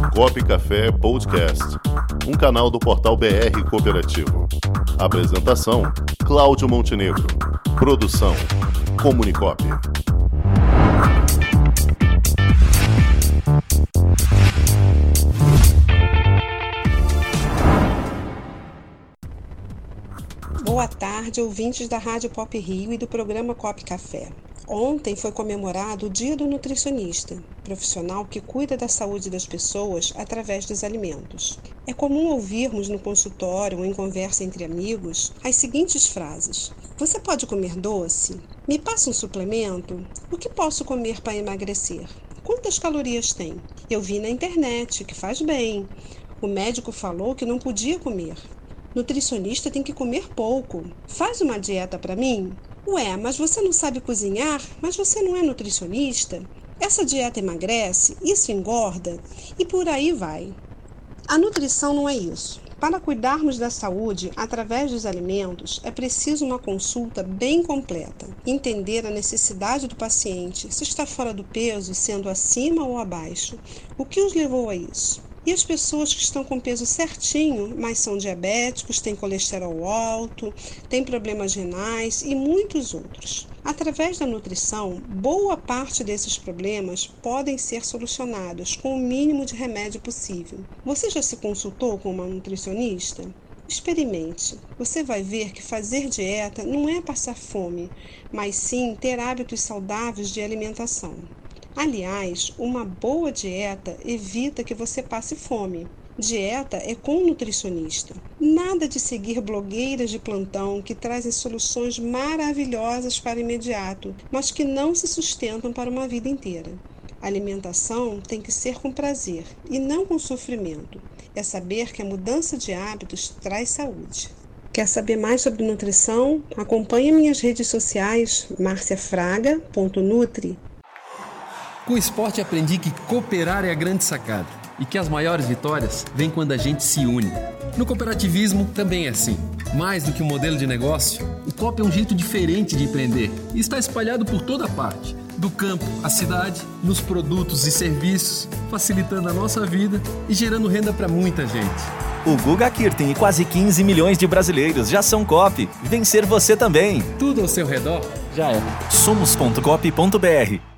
Copo Café Podcast, um canal do portal BR Cooperativo. Apresentação: Cláudio Montenegro. Produção: Comunicop. Boa tarde, ouvintes da Rádio Pop Rio e do programa Copo Café. Ontem foi comemorado o Dia do Nutricionista, profissional que cuida da saúde das pessoas através dos alimentos. É comum ouvirmos no consultório ou em conversa entre amigos as seguintes frases: você pode comer doce? Me passa um suplemento? O que posso comer para emagrecer? Quantas calorias tem? Eu vi na internet que faz bem. O médico falou que não podia comer. Nutricionista tem que comer pouco. Faz uma dieta para mim? Ué, mas você não sabe cozinhar? Mas você não é nutricionista? Essa dieta emagrece? Isso engorda? E por aí vai. A nutrição não é isso. Para cuidarmos da saúde através dos alimentos, é preciso uma consulta bem completa. Entender a necessidade do paciente, se está fora do peso, sendo acima ou abaixo. O que os levou a isso? E as pessoas que estão com peso certinho, mas são diabéticos, têm colesterol alto, têm problemas renais e muitos outros. Através da nutrição, boa parte desses problemas podem ser solucionados com o mínimo de remédio possível. Você já se consultou com uma nutricionista? Experimente. Você vai ver que fazer dieta não é passar fome, mas sim ter hábitos saudáveis de alimentação. Aliás, uma boa dieta evita que você passe fome. Dieta é com nutricionista. Nada de seguir blogueiras de plantão que trazem soluções maravilhosas para o imediato, mas que não se sustentam para uma vida inteira. A alimentação tem que ser com prazer e não com sofrimento. É saber que a mudança de hábitos traz saúde. Quer saber mais sobre nutrição? Acompanhe minhas redes sociais, marciafraga.nutri. Com o esporte aprendi que cooperar é a grande sacada e que as maiores vitórias vêm quando a gente se une. No cooperativismo também é assim. Mais do que um modelo de negócio, o Coop é um jeito diferente de empreender e está espalhado por toda parte, do campo à cidade, nos produtos e serviços, facilitando a nossa vida e gerando renda para muita gente. O Guga Kirten e quase 15 milhões de brasileiros já são Coop. Vencer você também. Tudo ao seu redor já é. Somos.coop.br